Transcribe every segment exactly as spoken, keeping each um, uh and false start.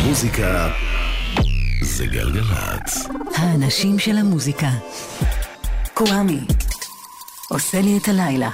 מוזיקה זה גלגלצ. האנשים של המוזיקה. קוואמי עושה לי את הלילה.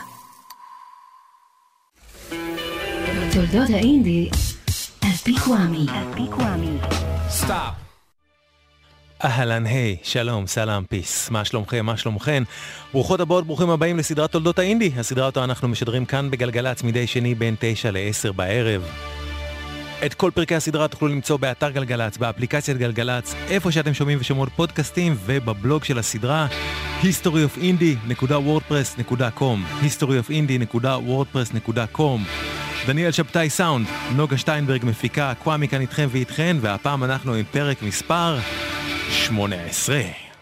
תולדות האינדי על פי קוואמי. סטאפ. אהלן, היי, שלום, סלאם, פיס. מה שלומכם, מה שלומכן? ברוכות הבאות, ברוכים הבאים לסדרת תולדות האינדי. הסדרה אותה אנחנו משדרים כאן בגלגלצ מדי שני בין תשע לעשר בערב. את כל פרקי הסדרה תוכלו למצוא באתר גלגלצ, באפליקציית גלגלצ, איפה שאתם שומעים ושומעות פודקאסטים, ובבלוג של הסדרה היסטורי אוף אינדי דוט וורדפרס דוט קום היסטורי אוף אינדי דוט וורדפרס דוט קום. דניאל שבתאי סאונד, נוגה שטיינברג מפיקה, קוואמי כאן איתכם ואיתכן, והפעם אנחנו עם פרק מספר שמונה עשרה.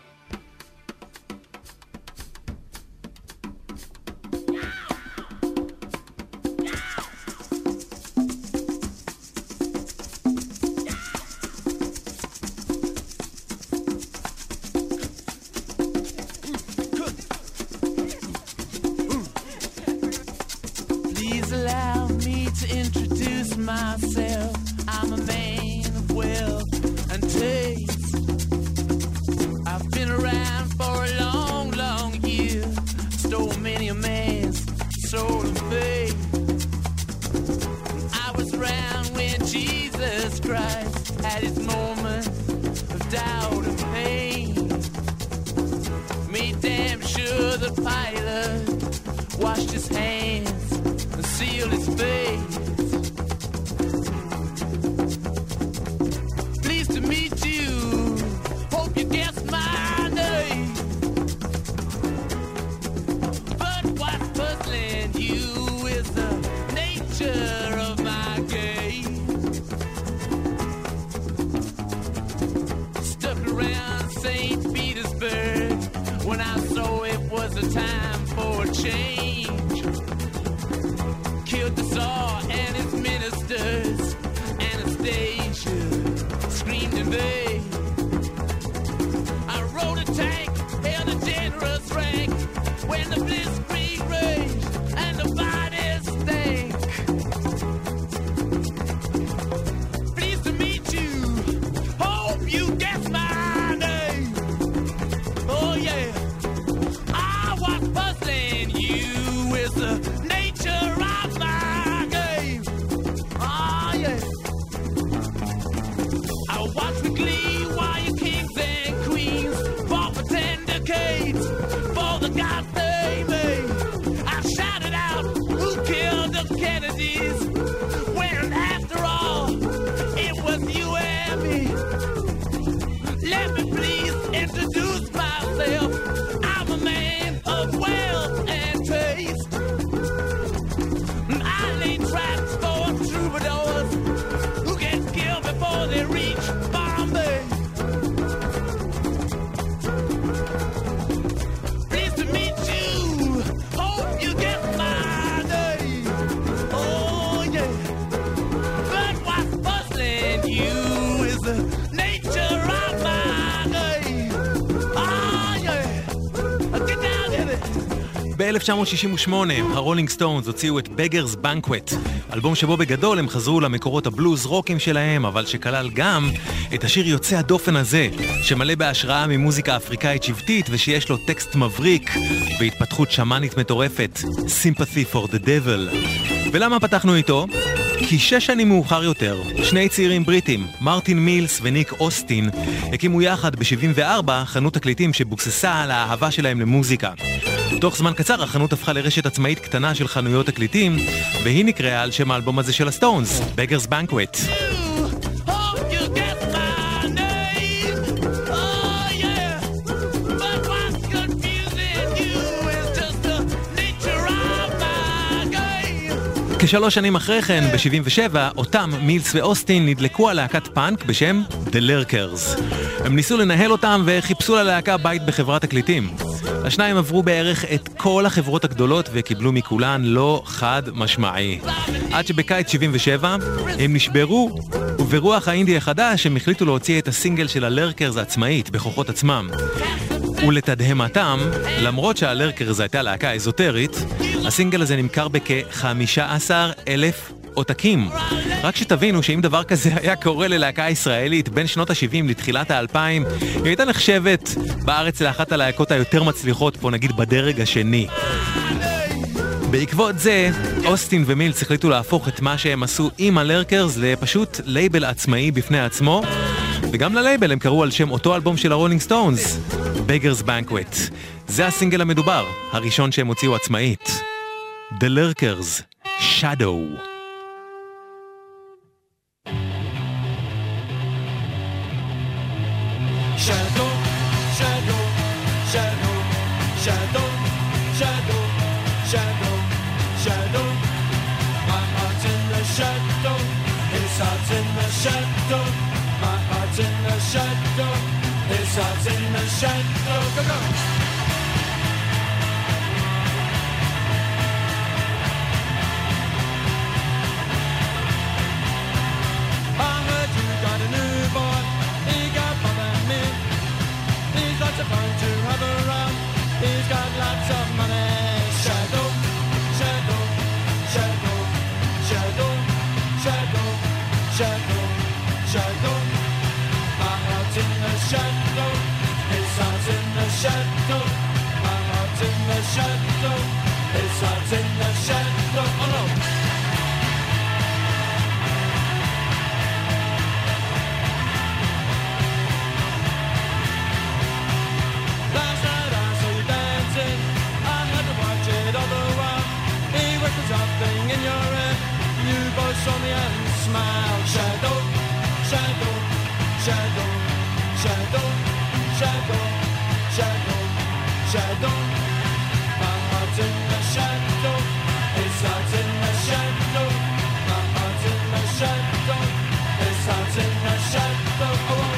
ב-אלף תשע מאות שישים ושמונה הרולינג סטונס הוציאו את Beggars Banquet, אלבום שבו בגדול הם חזרו למקורות הבלוז רוקים שלהם, אבל שכלל גם את השיר יוצא הדופן הזה, שמלא בהשראה ממוזיקה אפריקאית שבטית ושיש לו טקסט מבריק והתפתחות שמאנית מטורפת, Sympathy for the Devil. ולמה פתחנו איתו? כי שש שנים מאוחר יותר, שני צעירים בריטים, מרטין מילס וניק אוסטין, הקימו יחד ב-שבעים וארבע חנות תקליטים שבוקססה על האהבה שלהם למוזיקה. תוך זמן קצר החנות הפכה לרשת עצמאית קטנה של חנויות תקליטים, והיא נקראה על שם האלבום הזה של הסטונס, Beggars Banquet. כשלוש שנים אחרי כן, ב-שבעים ושבע, אותם מילס ואוסטין נדלקו על להקת פאנק בשם The Lurkers. הם ניסו לנהל אותם וחיפשו ללהקה בית בחברת תקליטים. השניים עברו בערך את כל החברות הגדולות וקיבלו מכולן לא חד משמעי. עד שבקיץ שבעים ושבע הם נשברו, וברוח האינדי החדש הם החליטו להוציא את הסינגל של הלרקרס העצמאית בכוחות עצמם. ולתדהמתם, למרות שהלרקרס הייתה להקה אזוטרית, הסינגל הזה נמכר בכ-חמישה עשר אלף עותקים. רק שתבינו שאם דבר כזה היה קורה ללהקה ישראלית בין שנות ה-שבעים לתחילת ה-אלפיים, היא הייתה נחשבת בארץ לאחת הלהקות היותר מצליחות פה, נגיד בדרג השני. בעקבות זה, אוסטין ומילס החליטו להפוך את מה שהם עשו עם הלרקרס לפשוט לייבל עצמאי בפני עצמו, וגם ללייבל הם קראו על שם אותו אלבום של הרולינג סטונס, Beggars Banquet. זה הסינגל המדובר, הראשון שהם הוציאו עצמאית. The Lurkers, Shadow. Shadow, shadow, shadow, shadow, shadow, shadow, shadow. My heart's in the shadow, his heart's in the shadow. My heart's in the shadow, his heart's in the shadow. Go, go! I heard you got a new boy, he got more than me. He's lots of fun to have around, he's got lots of money. Shadow, shadow, shadow, shadow, shadow, shadow, shadow. My heart's in the shadow, his heart's in the shadow. My heart's in the shadow, his heart's in the shadow. Oh no! Last night I saw you dancing, I had to watch it all the while. He whispered something in your ear, you both saw me and smiled. Shadow, shadow, shadow, shadow, shadow, shadow, shadow. My heart's in the shadow, his heart's in the shadow. My heart's in the shadow, his heart's in the shadow. Oh, oh.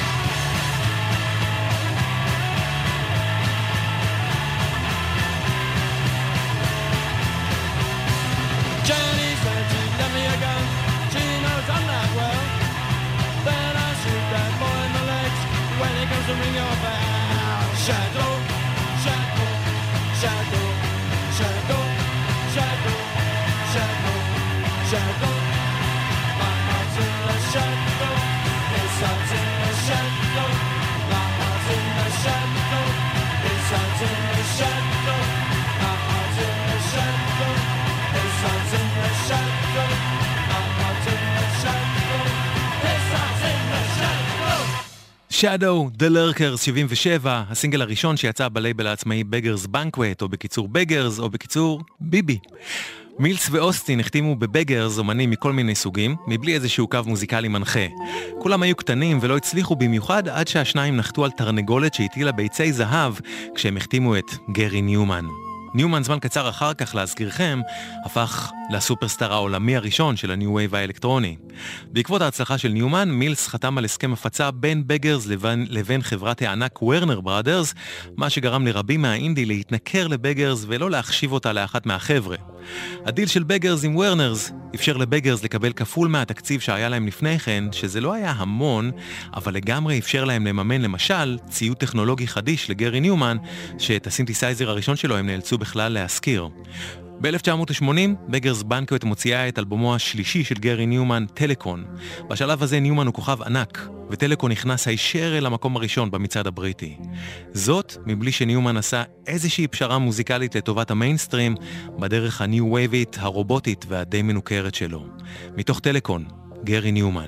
Jenny's where she left me again. She knows I'm not well. Then I shoot that boy in the legs when he comes to ring your bell. Shadow, shadow, shadow, shadow, shadow, shadow, shadow. My heart's in the shadow, his heart's in the shadow. My heart's in the shadow, his heart's in the shadow. My heart's in the shadow, his heart's in the shadow. My heart's in the shadow, his heart's in the shadow. Shadow, The Lurkers, שבעים ושבע, הסינגל הראשון שיצא בלייבל העצמאי Beggars Banquet, או בקיצור Beggars, או בקיצור ביבי. מילס ואוסטין החתימו בבגרס אומנים מכל מיני סוגים, מבלי איזשהו קו מוזיקלי מנחה. כולם היו קטנים ולא הצליחו במיוחד עד שהשניים נחתו על תרנגולת שהטילה ביצי זהב כשהם החתימו את גרי ניומן. ניומן זמן קצר אחר כך, להזכירכם, הפך לסופרסטאר העולמי הראשון של הניו וייב האלקטרוני. בעקבות ההצלחה של ניומן, מילס חתם על הסכם הפצה בין בגרס לבין, לבין חברת הענק וורנר בראדרס, מה שגרם לרבים מהאינדי להתנכר לבגרס ולא להחשיב אותה לאחת מהחבר'ה. הדיל של בגרס עם וורנרס אפשר לבגרס לקבל כפול מהתקציב שהיה להם לפני כן, שזה לא היה המון, אבל לגמרי אפשר להם לממן למשל ציוד טכנולוגי חדיש לגרי ניומן, שאת הסינתסייזר הראשון שלו הם נאלצו בכלל להזכיר. ב-אלף תשע מאות ושמונים, בגרס בנקוט מוציאה את אלבומו השלישי של גרי ניומן, טלקון. בשלב הזה ניומן הוא כוכב ענק, וטלקון נכנס הישר אל המקום הראשון במצעד הבריטי. זאת, מבלי שניומן עשה איזושהי פשרה מוזיקלית לטובת המיינסטרים, בדרך הניו וייבית, הרובוטית והדי מנוכרת שלו. מתוך טלקון, גרי ניומן.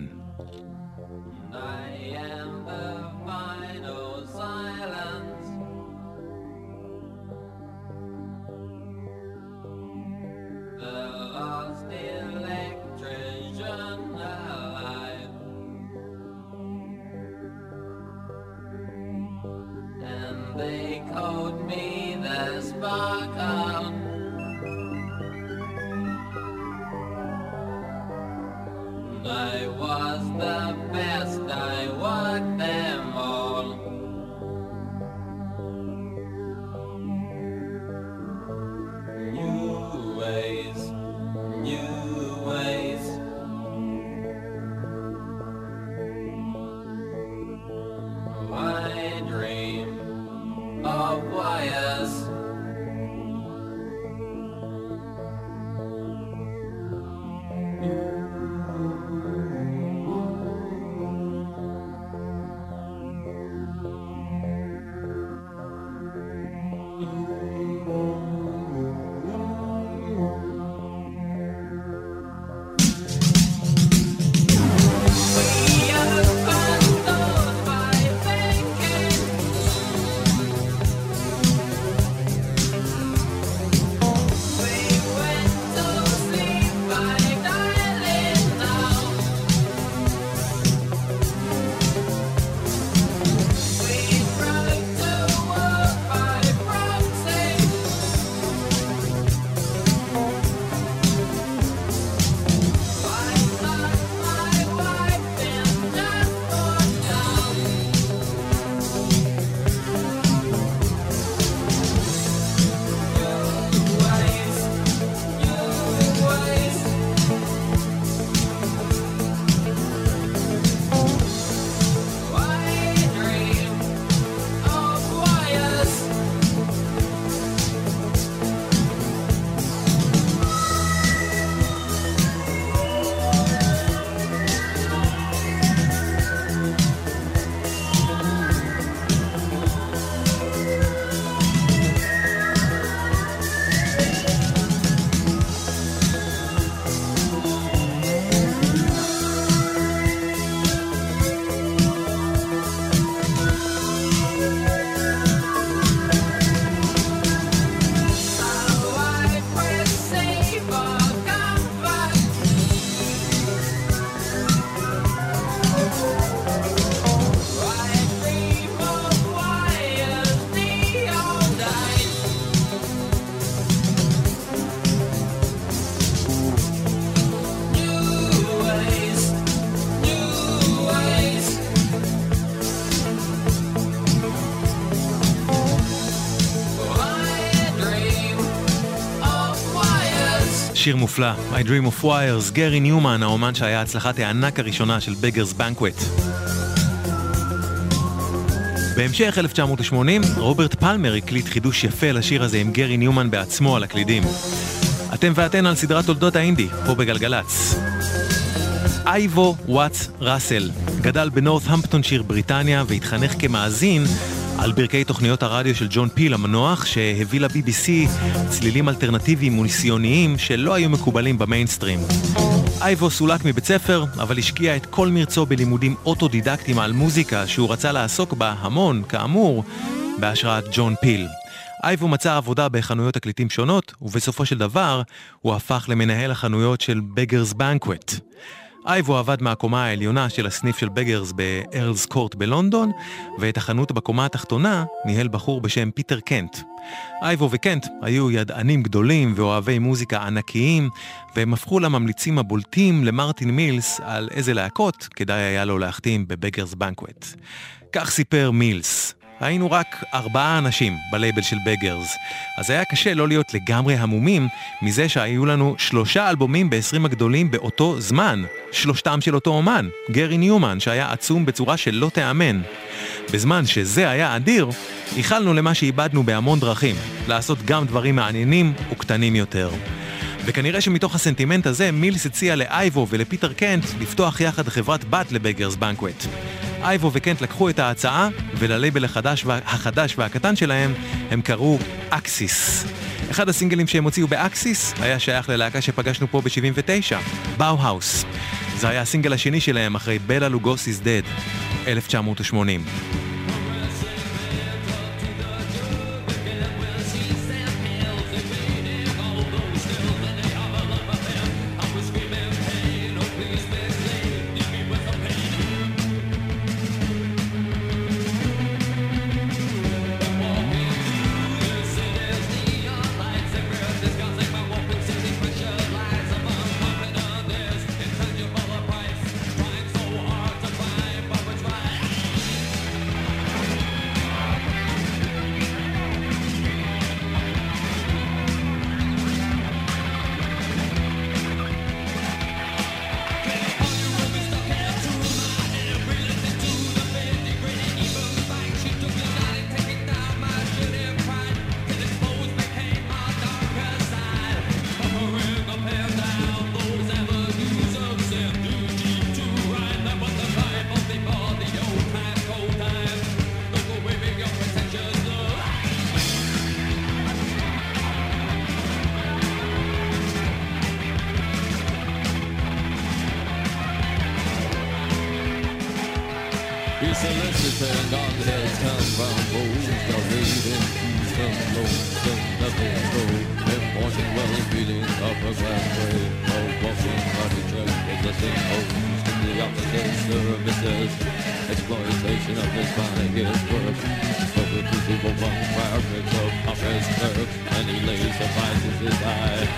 They called me the sparkle. I was the best, I worked them all. New ways, new ways. I dream of wires, שיר מופלא, I Dream of Wires, גרי ניומן, האומן שהיה הצלחת הענק הראשונה של Beggars Banquet. בהמשך אלף תשע מאות שמונים, רוברט פלמר הקליט חידוש יפה לשיר הזה עם גרי ניומן בעצמו על הקלידים. אתם ואתן על סדרת תולדות האינדי, פה בגלגלץ. אייבו וואטס ראסל גדל בנורת'המפטון שיר בריטניה והתחנך כמאזין על ברכי תוכניות הרדיו של ג'ון פיל המנוח, שהביא ל-בי בי סי צלילים אלטרנטיביים וניסיוניים שלא היו מקובלים במיינסטרים. אייבו סולק מבית ספר, אבל השקיע את כל מרצו בלימודים אוטודידקטיים על מוזיקה שהוא רצה לעסוק בה המון, כאמור, בהשראת ג'ון פיל. אייבו מצא עבודה בחנויות תקליטים שונות, ובסופו של דבר הוא הפך למנהל החנויות של Beggars Banquet. אייבו עבד מהקומה העליונה של הסניף של בגרס בארלס קורט בלונדון, ואת החנות בקומה התחתונה ניהל בחור בשם פיטר קנט. אייבו וקנט היו ידענים גדולים ואוהבי מוזיקה ענקיים, והם הפכו לממליצים הבולטים למרטין מילס על איזה להקות כדאי היה לו להחתים בבגרס בנקווט. כך סיפר מילס. היינו רק ארבעה אנשים בלייבל של בגרס, אז היה קשה לא להיות לגמרי המומים מזה שהיו לנו שלושה אלבומים ב-עשרים הגדולים באותו זמן, שלושתם של אותו אומן, גרי ניומן, שהיה עצום בצורה שלא תאמן. בזמן שזה היה אדיר, איחלנו למה שאיבדנו בהמון דרכים, לעשות גם דברים מעניינים וקטנים יותר. וכנראה שמתוך הסנטימנט הזה מילס הציע לאייבו ולפיטר קנט לפתוח יחד חברת בת לבגרס בנקווט. אייבו וקנט לקחו את ההצעה, וללייבל החדש, וה... החדש והקטן שלהם הם קראו אקסיס. אחד הסינגלים שהם הוציאו באקסיס היה שייך ללהקה שפגשנו פה ב-שבעים ותשע, באו-האוס. זה היה הסינגל השני שלהם אחרי בלה לוגוסי's Dead, אלף תשע מאות שמונים. Soliciting on the hills come from bones, the leading from lonesome, nothing gold. In morning, well, beating up a glass way. No walking on the church, possessing homes in the opposite services. Exploitation of his body, his work. But with his evil one, fabrics of office clerk, and he lays suffices his eye.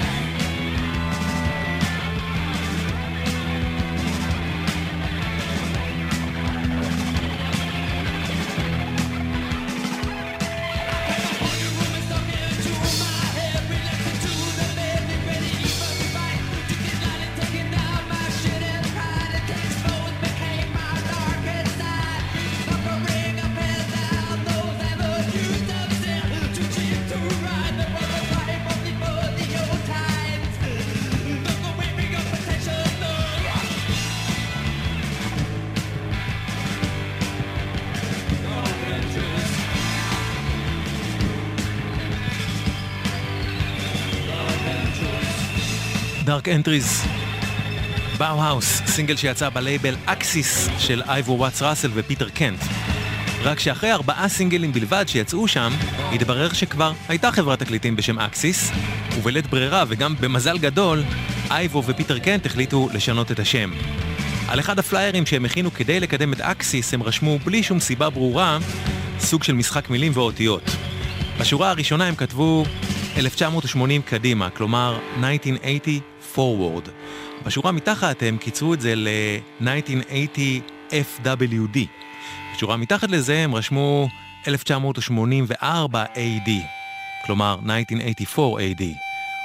דארק אנטריז, באו-האוס, סינגל שיצא בלייבל אקסיס של אייבו וואטס ראסל ופיטר קנט. רק שאחרי ארבעה סינגלים בלבד שיצאו שם, התברר שכבר הייתה חברת תקליטים בשם אקסיס, ובלית ברירה וגם במזל גדול, אייבו ופיטר קנט החליטו לשנות את השם. על אחד הפליירים שהם הכינו כדי לקדם את אקסיס, הם רשמו בלי שום סיבה ברורה, סוג של משחק מילים ואותיות. בשורה הראשונה הם כתבו אלף תשע מאות שמונים קדימה, כלומר אלף תשע מאות שמונים forward. בשורה מתחת הם קיצרו את זה ל-אלף תשע מאות שמונים אף דאבליו די. בשורה מתחת לזה הם רשמו אלף תשע מאות שמונים וארבע איי די, כלומר אלף תשע מאות שמונים וארבע איי די.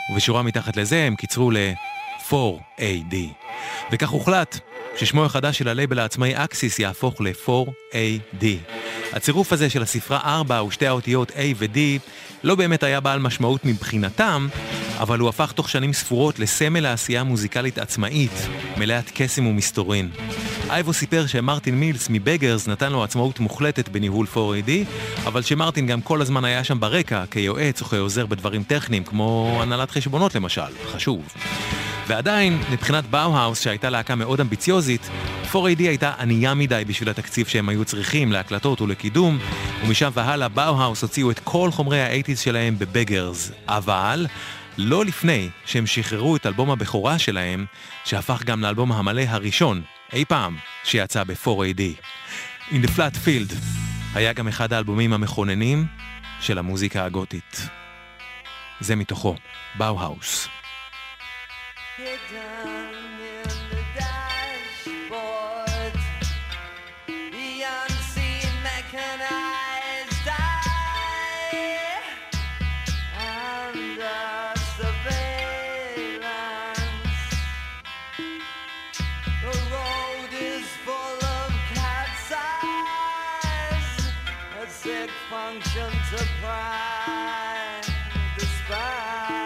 ובשורה מתחת לזה הם קיצרו ל-פור איי די. וכך הוחלט ששמו החדש של הלייבל העצמאי אקסיס יהפוך ל-פור איי די. הצירוף הזה של הספרה ארבע ושתי האותיות A ו-D לא באמת היה בעל משמעות מבחינתם, אבל הוא הפך תוך שנים ספורות לסמל העשייה מוזיקלית עצמאית, מלאת קסם ומסתורין. אייבו סיפר שמרטין מילס מבגרס נתן לו עצמאות מוחלטת בניהול פור איי די, אבל שמרטין גם כל הזמן היה שם ברקע, כיועץ או כעוזר בדברים טכניים, כמו הנהלת חשבונות למשל, חשוב. ועדיין, מבחינת באו-האוס שהייתה להקה מאוד אמביציוזית, פור איי די הייתה ענייה מדי בשביל התקציב שהם היו צריכים להקלטות ולקידום, ומשם והלאה באו-האוס הוציאו את כל חומרי ה-שמונים שלהם בבגרס, אבל לא לפני שהם שחררו את אלבום הבכורה שלהם, שהפך גם לאלבום המלא הראשון, אי פעם, שיצא ב-פור איי די. In the Flat Field היה גם אחד האלבומים המכוננים של המוזיקה הגותית. זה מתוכו, באו-האוס. Hidden in the dashboard, the unseen mechanized eye, under surveillance. The road is full of cat's eyes, a sick function to pride, despite.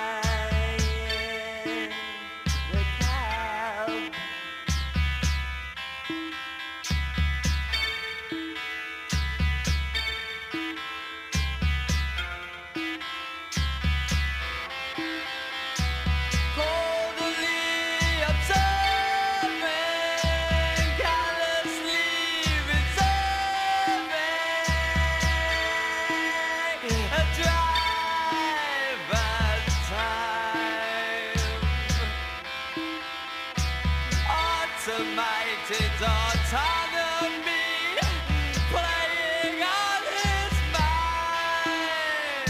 Automated autonomy playing on his mind,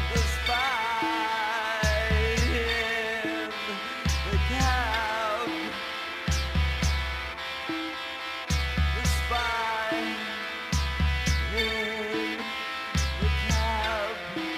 despite him, the cab, the spy, him, the cab.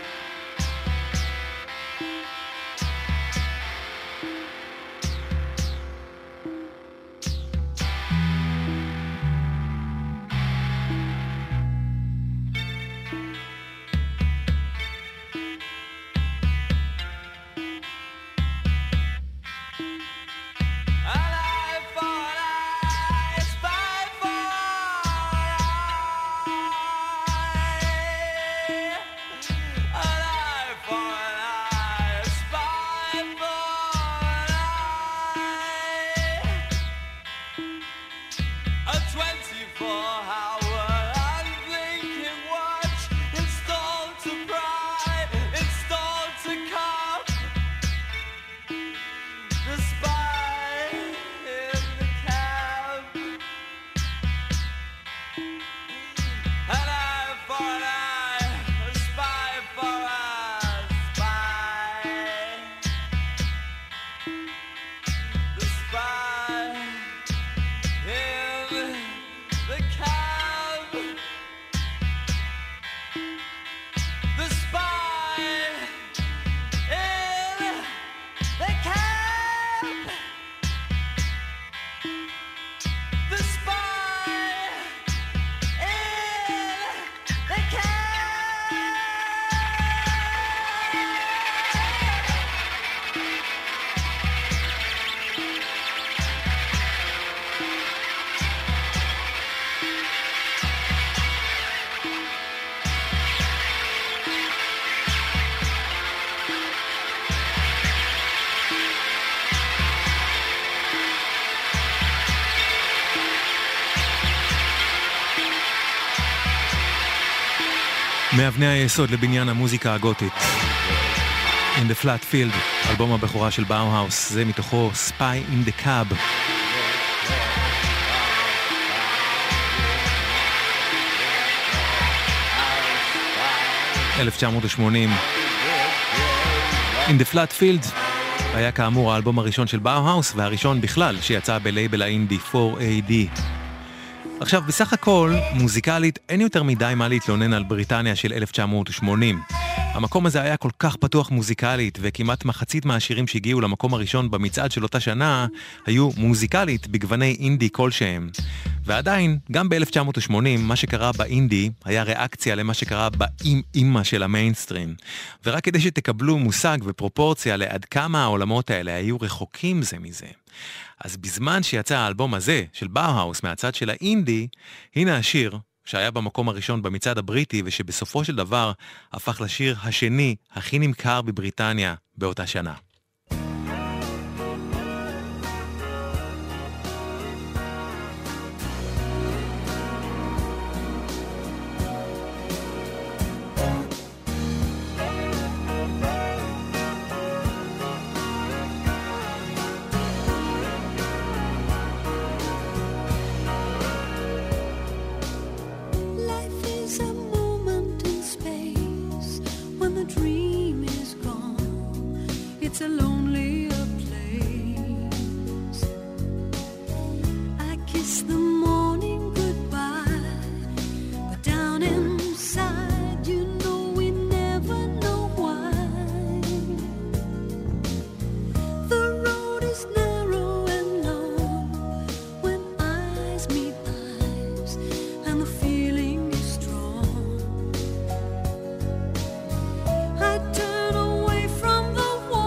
מאבני היסוד לבניין המוזיקה הגותית. In the Flat Field, אלבום הבכורה של באו-האוס, זה מתוכו Spy in the Cab. אלף תשע מאות ושמונים. In the Flat Field היה כאמור האלבום הראשון של באו-האוס, והראשון בכלל שיצא בלייבל האינדי פור איי די. עכשיו, בסך הכל, מוזיקלית אין יותר מדי מה להתלונן על בריטניה של אלף תשע מאות ושמונים. המקום הזה היה כל כך פתוח מוזיקלית, וכמעט מחצית מהשירים שהגיעו למקום הראשון במצעד של אותה שנה, היו מוזיקלית בגווני אינדי כלשהם. ועדיין, גם ב-אלף תשע מאות ושמונים, מה שקרה באינדי היה ריאקציה למה שקרה באימ-אימא של המיינסטרים. ורק כדי שתקבלו מושג ופרופורציה לעד כמה העולמות האלה היו רחוקים זה מזה. אז בזמן שיצא האלבום הזה של באוהאוס מהצד של האינדי, הנה השיר שהיה במקום הראשון במצעד הבריטי, ושבסופו של דבר הפך לשיר השני הכי נמכר בבריטניה באותה שנה. It's a lonelier place. I kiss the morning goodbye, but down inside you know we never know why. The road is narrow and long when eyes meet eyes, and the feeling is strong. I turn away from the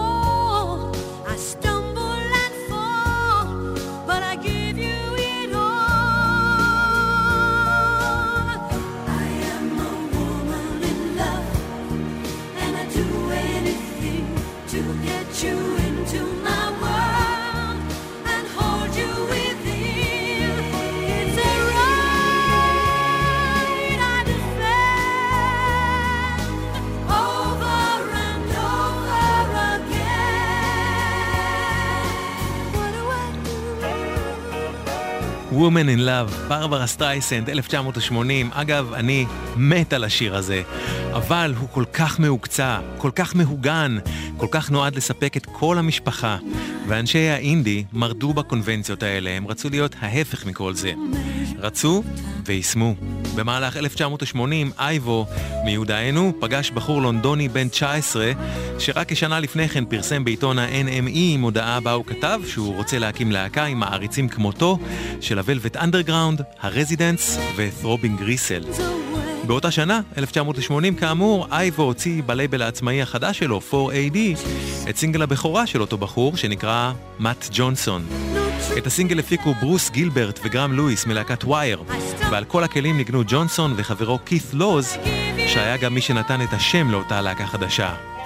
Woman in Love, ברברה סטרייסנד, אלף תשע מאות ושמונים. אגב, אני מת על השיר הזה, אבל הוא כל כך מהוקצע, כל כך מהוגן, כל כך נועד לספק את כל המשפחה. ואנשי האינדי מרדו בקונבנציות האלה, הם רצו להיות ההפך מכל זה. רצו ויישמו. במהלך אלף תשע מאות ושמונים, אייבו מיודענו פגש בחור לונדוני בן תשע עשרה, שרק כשנה לפני כן פרסם בעיתון ה-אן אם אי מודעה בה הוא כתב שהוא רוצה להקים להקה עם מעריצים כמותו של הוולווט אנדרגראונד, הרזידנס ות'רובינג גריסל. באותה שנה, אלף תשע מאות ושמונים, כאמור, אייבו הוציא בלייבל העצמאי החדש שלו, פור איי די, את סינגל הבכורה של אותו בחור שנקרא מאט ג'ונסון. את הסינגל הפיקו ברוס גילברט וגרם לואיס מלהקת ווייר, ועל כל הכלים ניגנו ג'ונסון וחברו כית לוז, שהיה גם מי שנתן את השם לאותה להקה חדשה.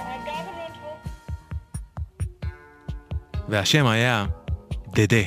והשם היה דדה.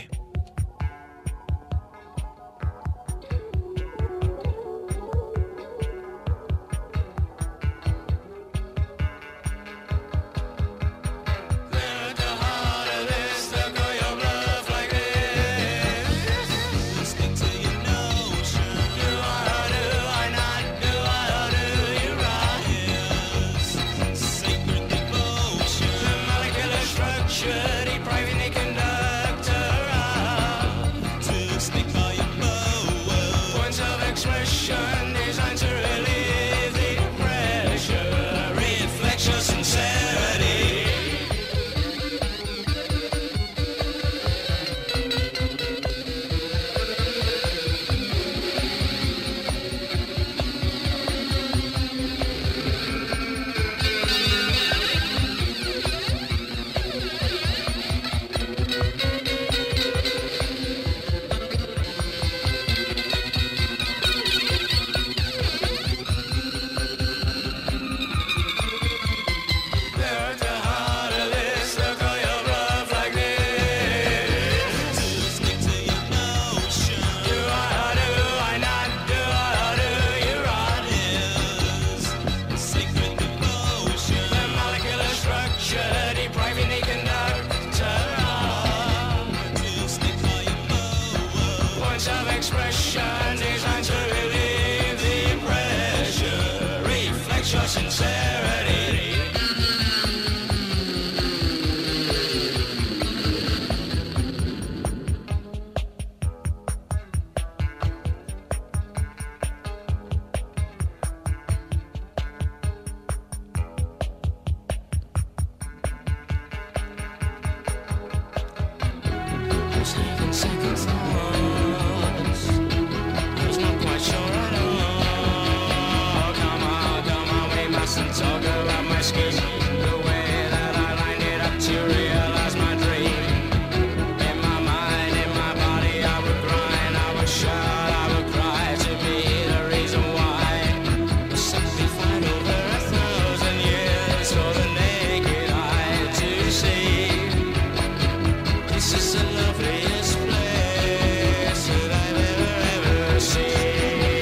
second thoughts. I was not quite sure at all. Come on, come on, we mustn't talk about my scheme. The way that I lined it up to realize my dream. In my mind, in my body, I would grind, I would shout, I would cry to be the reason why. Simply fight over a thousand years for the naked eye to see. This is the loveliest place that I've ever, ever seen.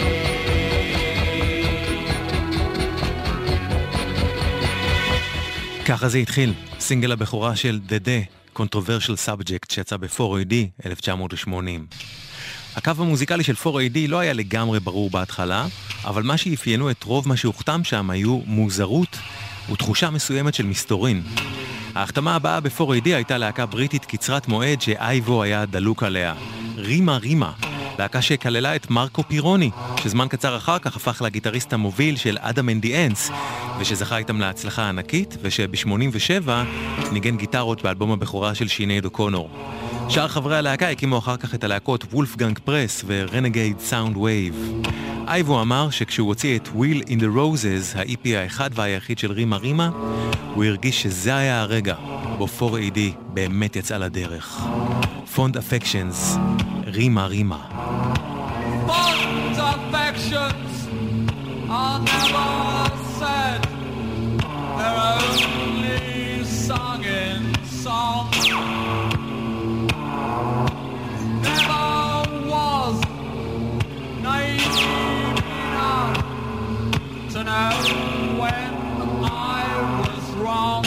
ככה זה התחיל, סינגל הבכורה של The Controversial Subject שיצא ב-פור איי די אלף תשע מאות ושמונים. הקו המוזיקלי של פור איי די לא היה לגמרי ברור בהתחלה, אבל מה שאפיינו את רוב מה שהוכתם שם היו מוזרות ותחושה מסוימת של מסתורין. ההחתמה הבאה ב-פור איי די הייתה להקה בריטית קצרת מועד שאייבו היה דלוק עליה. רימה רימה, להקה שכללה את מרקו פירוני, שזמן קצר אחר כך הפך לגיטריסט המוביל של אדם אנד די אנטס, ושזכה איתם להצלחה ענקית, ושב-שמונים ושבע ניגן גיטרות באלבום הבכורה של שינייד אוקונור. שאר חברי הלהקה הקימו אחר כך את הלהקות וולפגנג פרס ורנגייד סאונד וייב. אייבו אמר שכשהוא הוציא את Wheel in the Roses, ה-אי פי האחד והיחיד של רימה רימה, הוא הרגיש שזה היה הרגע בו פור איי די באמת יצא לדרך. Fond Affections, רימה רימה. Fond affections are never said. They're only sung in song. Never was naive enough to know when I was wrong.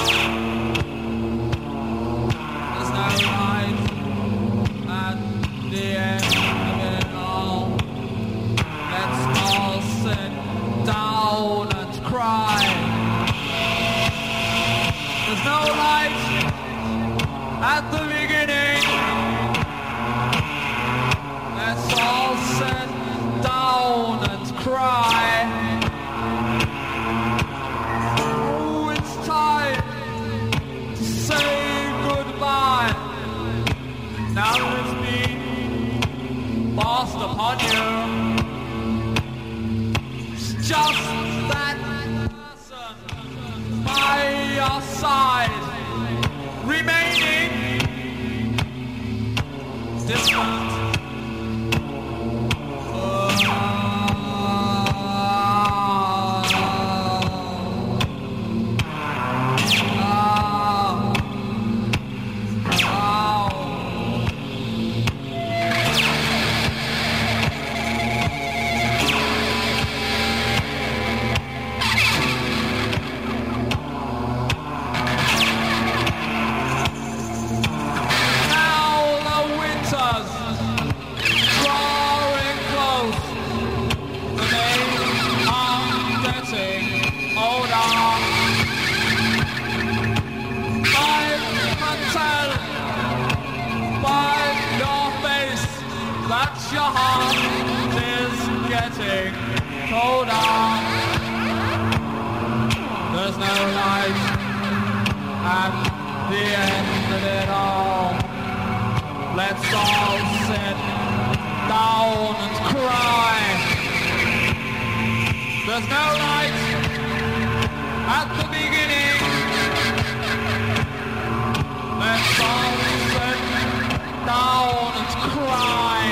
There's no light at the end of it all. Let's all sit down and cry. There's no light at the beginning. Let's all sit down and cry. Oh, it's time to say goodbye. Now it's me forced upon you. It's just that person by your side, remaining distant. Your heart is getting colder. There's no light at the end of it all. Let's all sit down and cry. There's no light at the beginning. Let's all sit down and cry.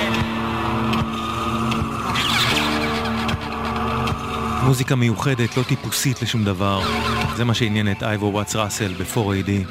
מוזיקה מיוחדת, לא טיפוסית לשום דבר. זה מה שעניין את אייבו וואטס ראסל ב-פור איי די.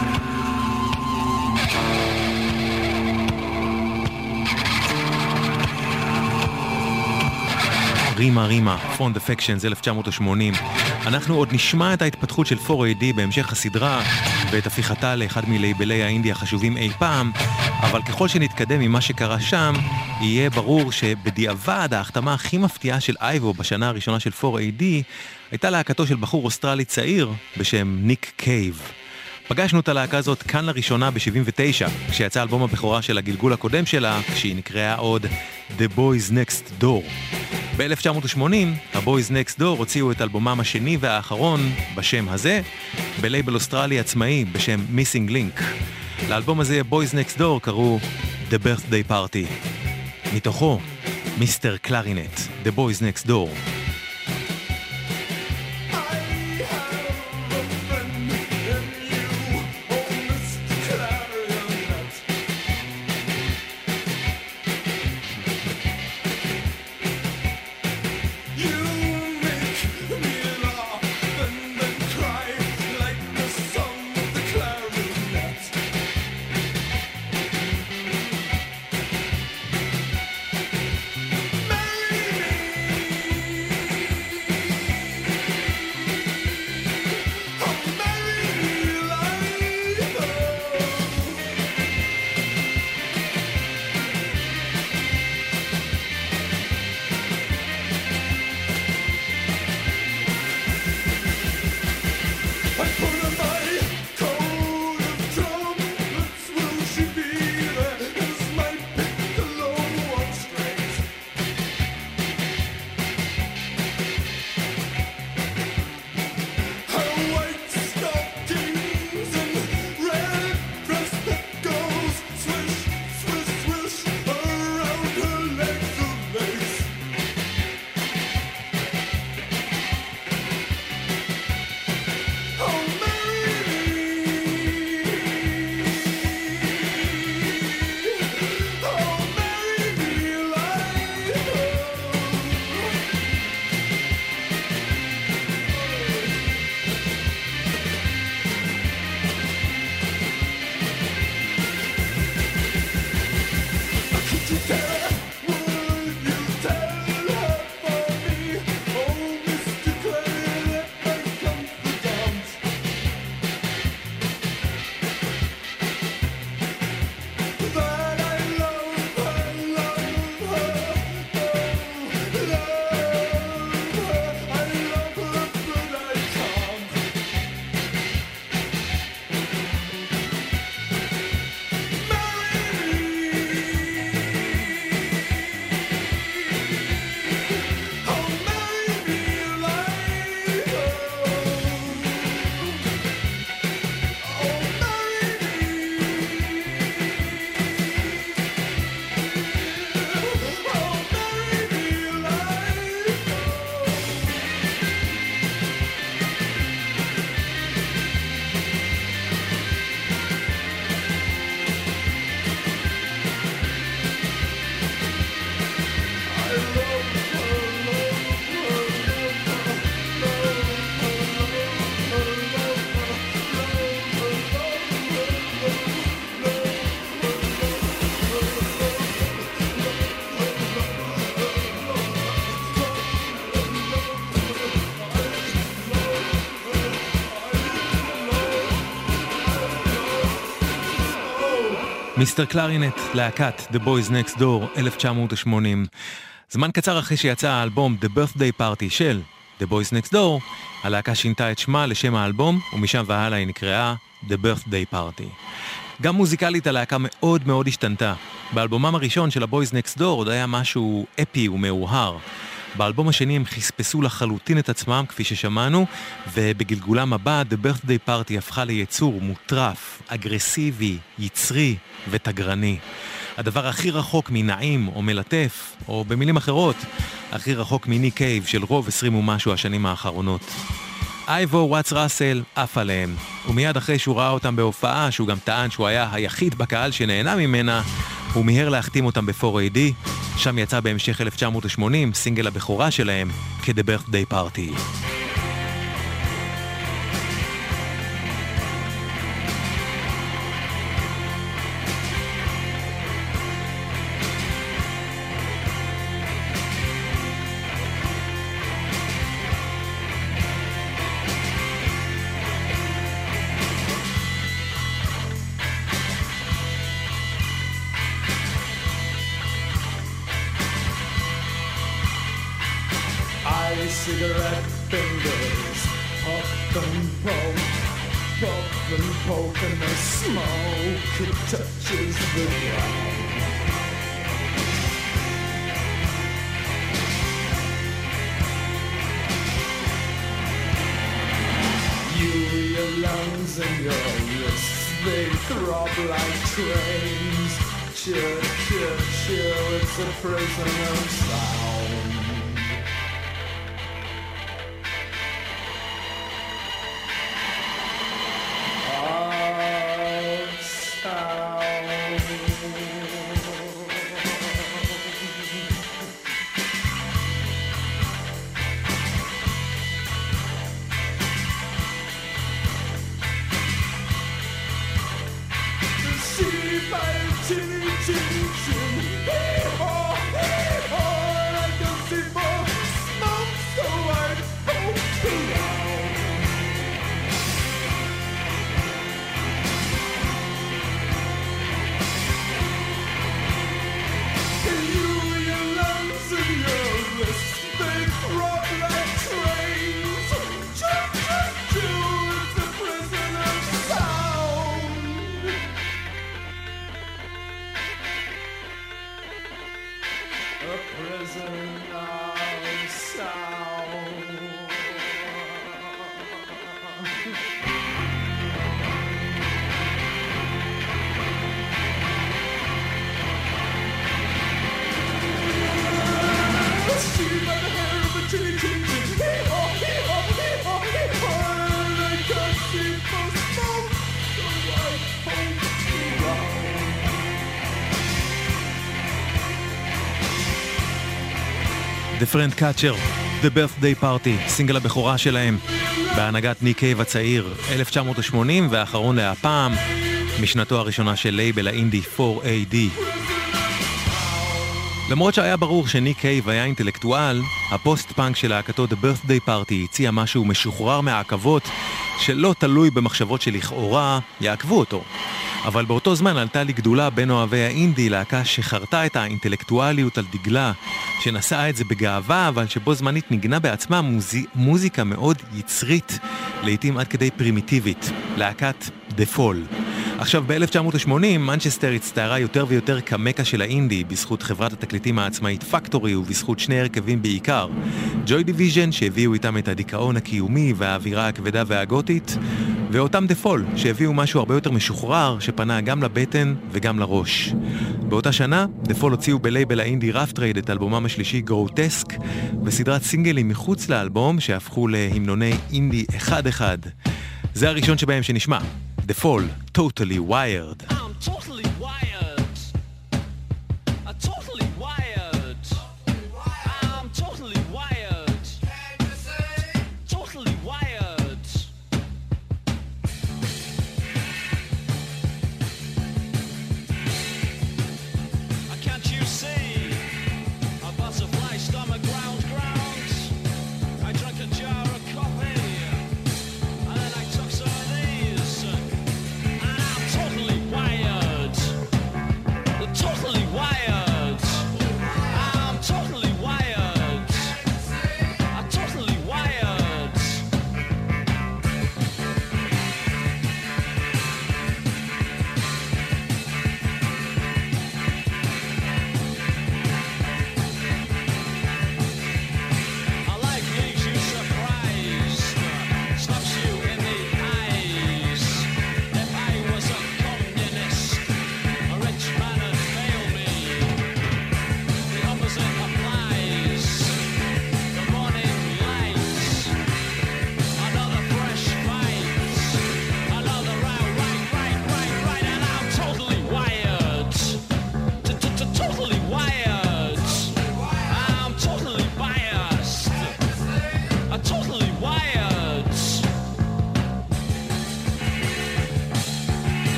רימה רימה, Fond Affections אלף תשע מאות ושמונים. אנחנו עוד נשמע את ההתפתחות של פור איי די בהמשך הסדרה ואת הפיכתה לאחד מלייבלי האינדי החשובים אי פעם, אבל ככל שנתקדם ממה שקרה שם, יהיה ברור שבדיעבד ההחתמה הכי מפתיעה של אייבו בשנה הראשונה של פור איי די הייתה להקתו של בחור אוסטרלי צעיר בשם ניק קייב. פגשנו את הלהקה הזאת כאן לראשונה ב-שבעים ותשע, כשיצא אלבום הבכורה של הגלגול הקודם שלה, כשהיא נקראה עוד The Boys Next Door. ב-אלף תשע מאות ושמונים, ה-Boys Next Door הוציאו את אלבומם השני והאחרון בשם הזה, בלייבל אוסטרלי עצמאי בשם Missing Link. לאלבום הזה, Boys Next Door, קראו The Birthday Party. מתוכו, מיסטר קלרינט, The Boys Next Door. מיסטר קלרינט, להקת The Boys Next Door, אלף תשע מאות שמונים. זמן קצר אחרי שיצא האלבום The Birthday Party של The Boys Next Door, הלהקה שינתה את שמה לשם האלבום, ומשם והלאה היא נקראה The Birthday Party. גם מוזיקלית הלהקה מאוד מאוד השתנתה. באלבומם הראשון של ה-Boys Next Door עוד היה משהו אפי ומאוהר. באלבום השני הם חספסו לחלוטין את עצמם, כפי ששמענו, ובגלגולם הבא, The Birthday Party הפכה ליצור מוטרף, אגרסיבי, יצרי ותגרני. הדבר הכי רחוק מנעים או מלטף, או במילים אחרות, הכי רחוק מניק קייב של רוב עשרים ומשהו השנים האחרונות. אייבו וואטס ראסל עף עליהם, ומיד אחרי שהוא ראה אותם בהופעה, שהוא גם טען שהוא היה היחיד בקהל שנהנה ממנה, הוא מיהר להחתים אותם ב-פור איי די, שם יצא בהמשך אלף תשע מאות שמונים סינגל הבכורה שלהם כ-The Birthday Party. Cigarette fingers, puff and poke, puff and poke, and the smoke, it touches the ground. You, your lungs and your wrists, they throb like trains, chill, chill, chill, it's a prison of sound. Of sound. See my chinny chinny chin, hee-haw, hee-haw, I can see more smoke, so I poke around. And you, your lungs and your wrists, they throb like trains. Choo, choo, choo, it's a prison of sound. A prison of sound. See by the hair of a chinny chinny chin, hee-haw, hee-haw, hee-haw, hee-haw, and I can't see for smoke, so I poke around. The Friend Catcher, The Birthday Party, סינגל הבכורה שלהם, בהנהגת ניק קייב הצעיר, אלף תשע מאות שמונים, והאחרון להפעם, משנתו הראשונה של לייבל האינדי פור איי די. למרות שהיה ברור שניק קייב היה אינטלקטואל, הפוסט-פאנק של להקתו The Birthday Party הציע משהו משוחרר מהעכבות, שלא תלוי במחשבות שלכאורה יעקבו אותו. אבל באותו זמן עלתה לגדולה בין אוהבי האינדי להקה שחרתה את האינטלקטואליות על דגלה, שנשאה את זה בגאווה, אבל שבו זמנית נגנה בעצמה מוזי... מוזיקה מאוד יצרית, לעתים עד כדי פרימיטיבית, להקת The Fall. עכשיו ב-אלף תשע מאות שמונים מנצ'סטר הצטערה יותר ויותר כמקה של האינדי, בזכות חברת התקליטים העצמאית פקטורי ובזכות שני הרכבים בעיקר, ג'וי דיוויז'ן שהביאו איתם את הדיכאון הקיומי והאווירה הכבדה והגותית, ואותם The Fall שהביאו משהו הרבה יותר משוחרר שפנה גם לבטן וגם לראש. באותה שנה The Fall הוציאו בלייבל האינדי רף טרייד את אלבומם השלישי גרוטסק, וסדרת סינגלים מחוץ לאלבום שהפכו להמנוני אינדי אחד אחד. זה הראשון שבהם שנשמע, The Fall, Totally Wired. I'm totally wired. I'm totally wired. I'm totally wired. Totally wired. Can't you see? A butterfly stomach ground ground. I drank a jar of coffee. And then I took some of these. And I'm totally wired.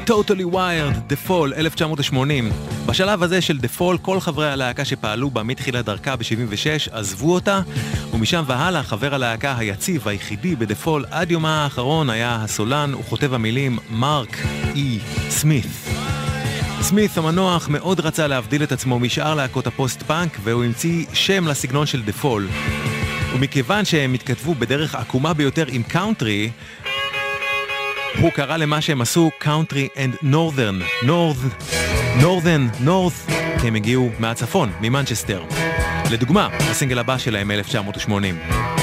Totally Wired, The Fall, אלף תשע מאות שמונים. בשלב הזה של The Fall, כל חברי הלהקה שפעלו בה מתחילת דרכה ב-שבעים ושש עזבו אותה, ומשם והלאה חבר הלהקה היציב היחידי ב-The Fall עד יומה האחרון היה הסולן וכותב המילים מרק אי סמית. סמית המנוח מאוד רצה להבדיל את עצמו משאר להקות הפוסט-פאנק, והוא המציא שם לסגנון של The Fall. ומכיוון שהם התכתבו בדרך עקומה ביותר עם קאונטרי, הוא קרא למה שהם עשו Country and Northern, North, Northern, North, כי הם הגיעו מהצפון, ממנצ'סטר. לדוגמה, הסינגל הבא שלהם אלף תשע מאות שמונים.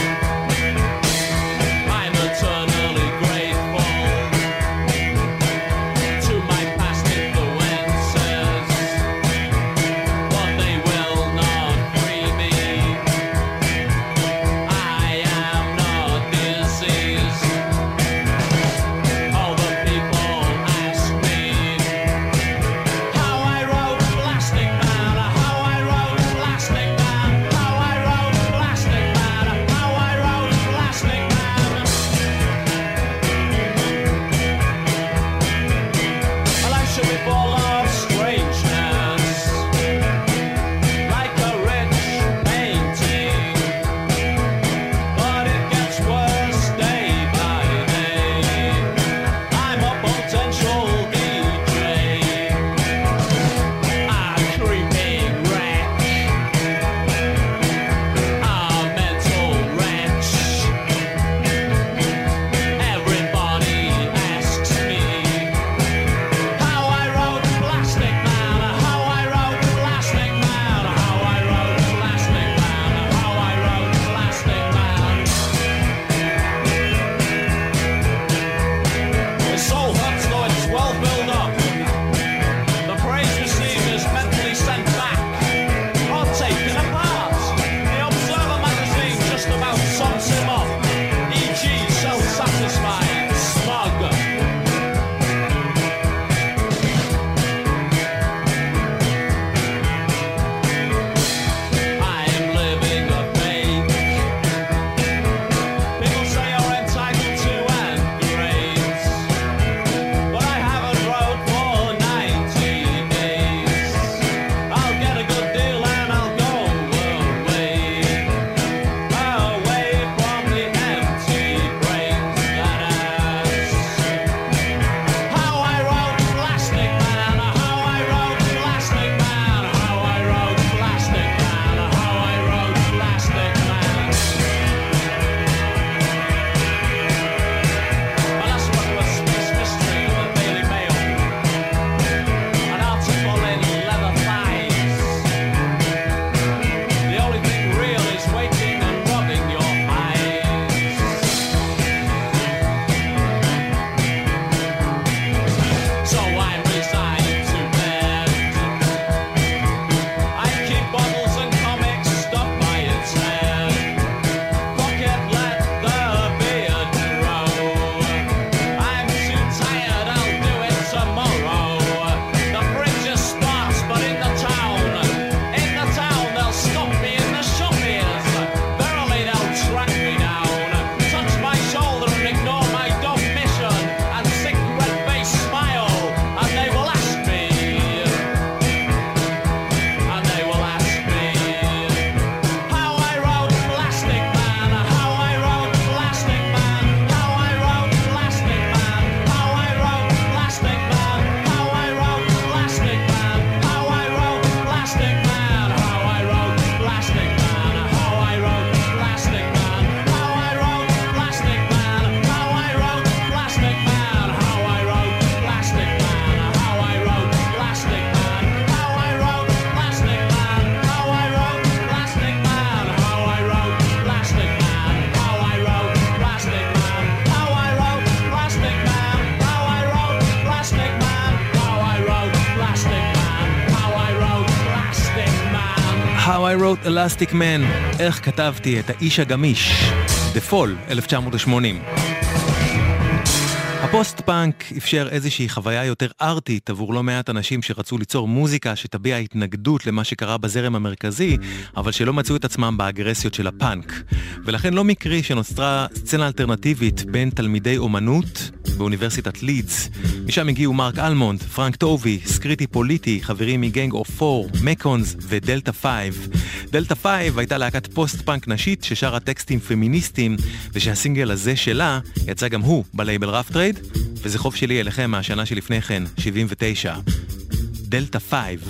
How I Wrote Elastic Man, איך כתבתי את האיש הגמיש, The Fall, אלף תשע מאות שמונים. הפוסט-פאנק אפשר איזושהי חוויה יותר ארטית עבור לא מעט אנשים שרצו ליצור מוזיקה שתביע התנגדות למה שקרה בזרם המרכזי, אבל שלא מצאו את עצמם באגרסיות של הפאנק. ולכן לא מקרי שנוצרה סצנה אלטרנטיבית בין תלמידי אומנות באוניברסיטת לידס משם הגיעו מרק אלמונד, פרנק טובי, סקריטי פוליטי, חברים מגנג אוף פור, מקונס ודלטה פייב. דלטה פייב הייתה להקת פוסט-פאנק נשית ששרה טקסטים פמיניסטיים, ושהסינגל הזה שלה יצא גם הוא בלייבל רף טרייד, וזה חוב שלי אליכם מהשנה שלפני כן, שבעים ותשע. דלטה פייב.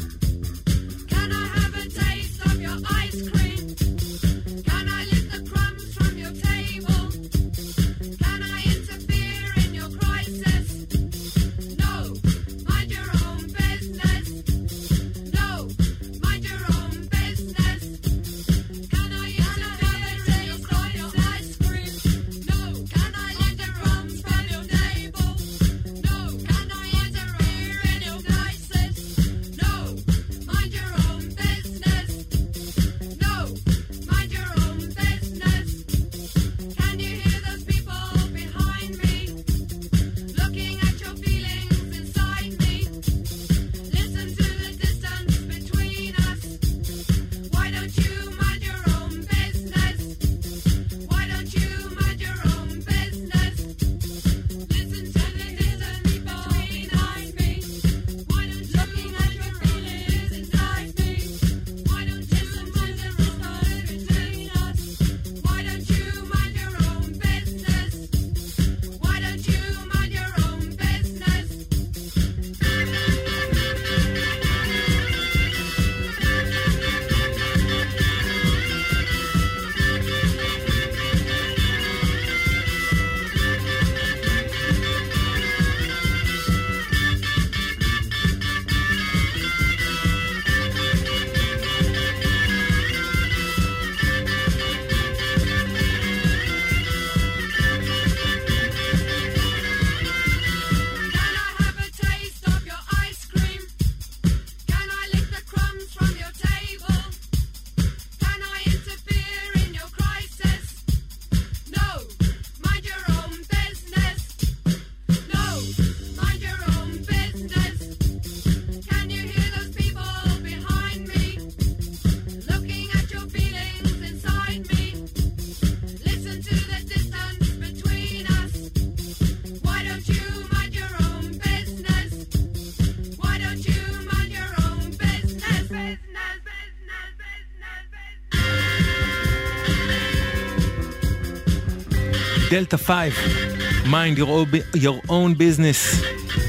דלטה פייב, Mind your own, your own business,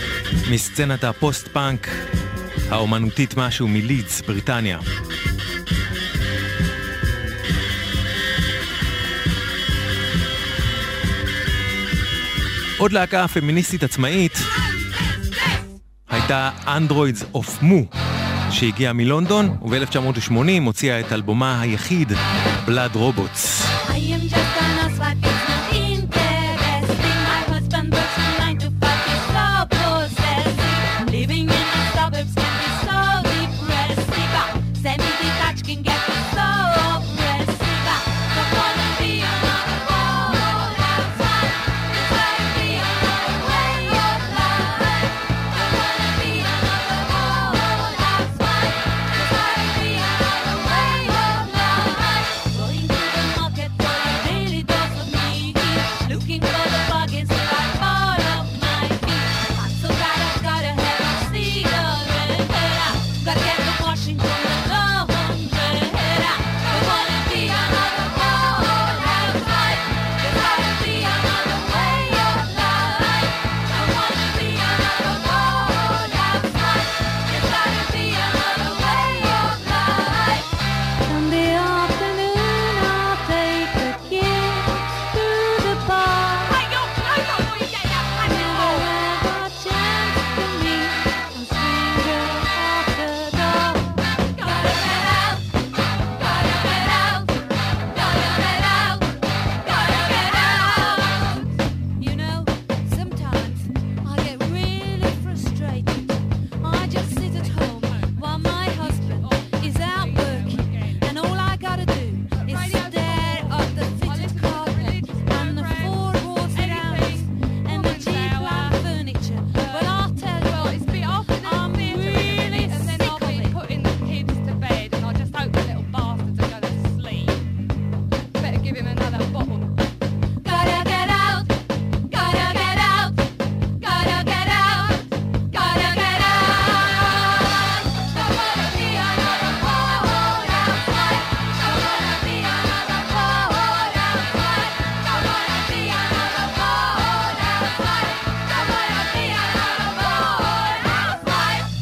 מסצנת הפוסט-פאנק האומנותית משהו מלידס, בריטניה. עוד להקה פמיניסטית עצמאית הייתה Androids of Moo, שהגיעה מלונדון וב-אלף תשע מאות ושמונים הוציאה את אלבומה היחיד, Blood Robots. I am just an housewife, it's not interesting. My husband works from nine to five, he's so possessive. Living in the suburbs can be so depressive. Ah, semi-detached can get so oppressive. Ah, don't wanna be another old housewife. It's like be another way of life. Don't wanna be another old housewife. It's like be another way of life. Going to the market for a day.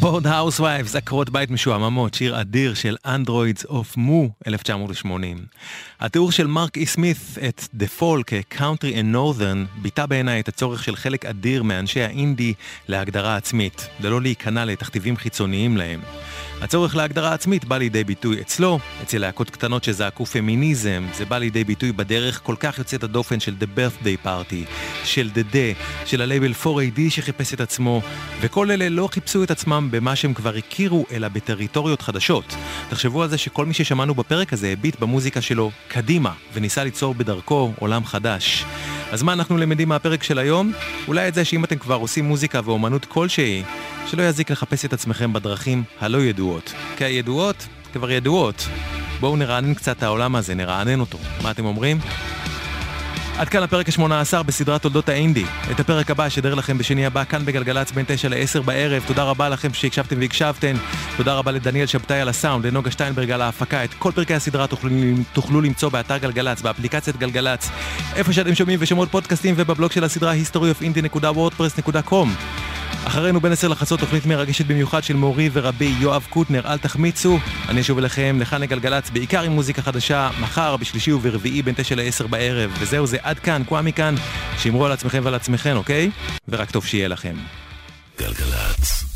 Desperate Housewives, עקרות בית משועממות, שיר אדיר של Androids of Moo, אלף תשע מאות ושמונים. התיאור של מרק אי סמית את The Fall כ-Country and Northern ביטא בעיניי את הצורך של חלק אדיר מאנשי האינדי להגדרה עצמית, ולא להיכנע לתכתיבים חיצוניים להם. הצורך להגדרה עצמית בא לידי ביטוי אצלו, אצל להקות קטנות שזעקו פמיניזם, זה בא לידי ביטוי בדרך כל כך יוצאת הדופן של The Birthday Party, של The Day, של הלייבל פור איי די שחיפש את עצמו, וכל אלה לא חיפשו את עצמם במה שהם כבר הכירו, אלא בטריטוריות חדשות. תחשבו על זה שכל מי ששמענו בפרק הזה הביט במוזיקה שלו קדימה, וניסה ליצור בדרכו עולם חדש. אז מה אנחנו למדים מהפרק של היום? אולי את זה שאם אתם כבר עושים מוזיקה ואומנות כלשהי, שלא יזיק לחפש את עצמכם בדרכים הלא ידועות. כי הידועות כבר ידועות. בואו נרענן קצת העולם הזה, נרענן אותו. מה אתם אומרים? עד כאן הפרק ה-שמונה עשר בסדרת תולדות האינדי. את הפרק הבא אשדר לכם בשני הבא כאן בגלגלץ בין תשע לעשר בערב. תודה רבה לכם שהקשבתם והקשבתם. תודה רבה לדניאל שבתאי על הסאונד, לנוגה שטיינברג על ההפקה. את כל פרקי הסדרה תוכלו, תוכלו למצוא באתר גלגלץ, באפליקציית גלגלץ, איפה שאתם שומעים ושומעות פודקאסטים, ובבלוג של הסדרה היסטורי אוף אינדי דוט וורדפרס דוט קום. אחרינו בין עשר לחצות תוכנית מרגשת במיוחד של מורי ורבי יואב קוטנר, אל תחמיצו. אני אשוב אליכם לכאן לגלגלץ בעיקר עם מוזיקה חדשה, מחר בשלישי וברביעי בין תשע לעשר בערב. וזהו, זה עד כאן, קוואמי כאן. שימרו על עצמכם ועל עצמכם, אוקיי? ורק טוב שיהיה לכם. גלגלץ.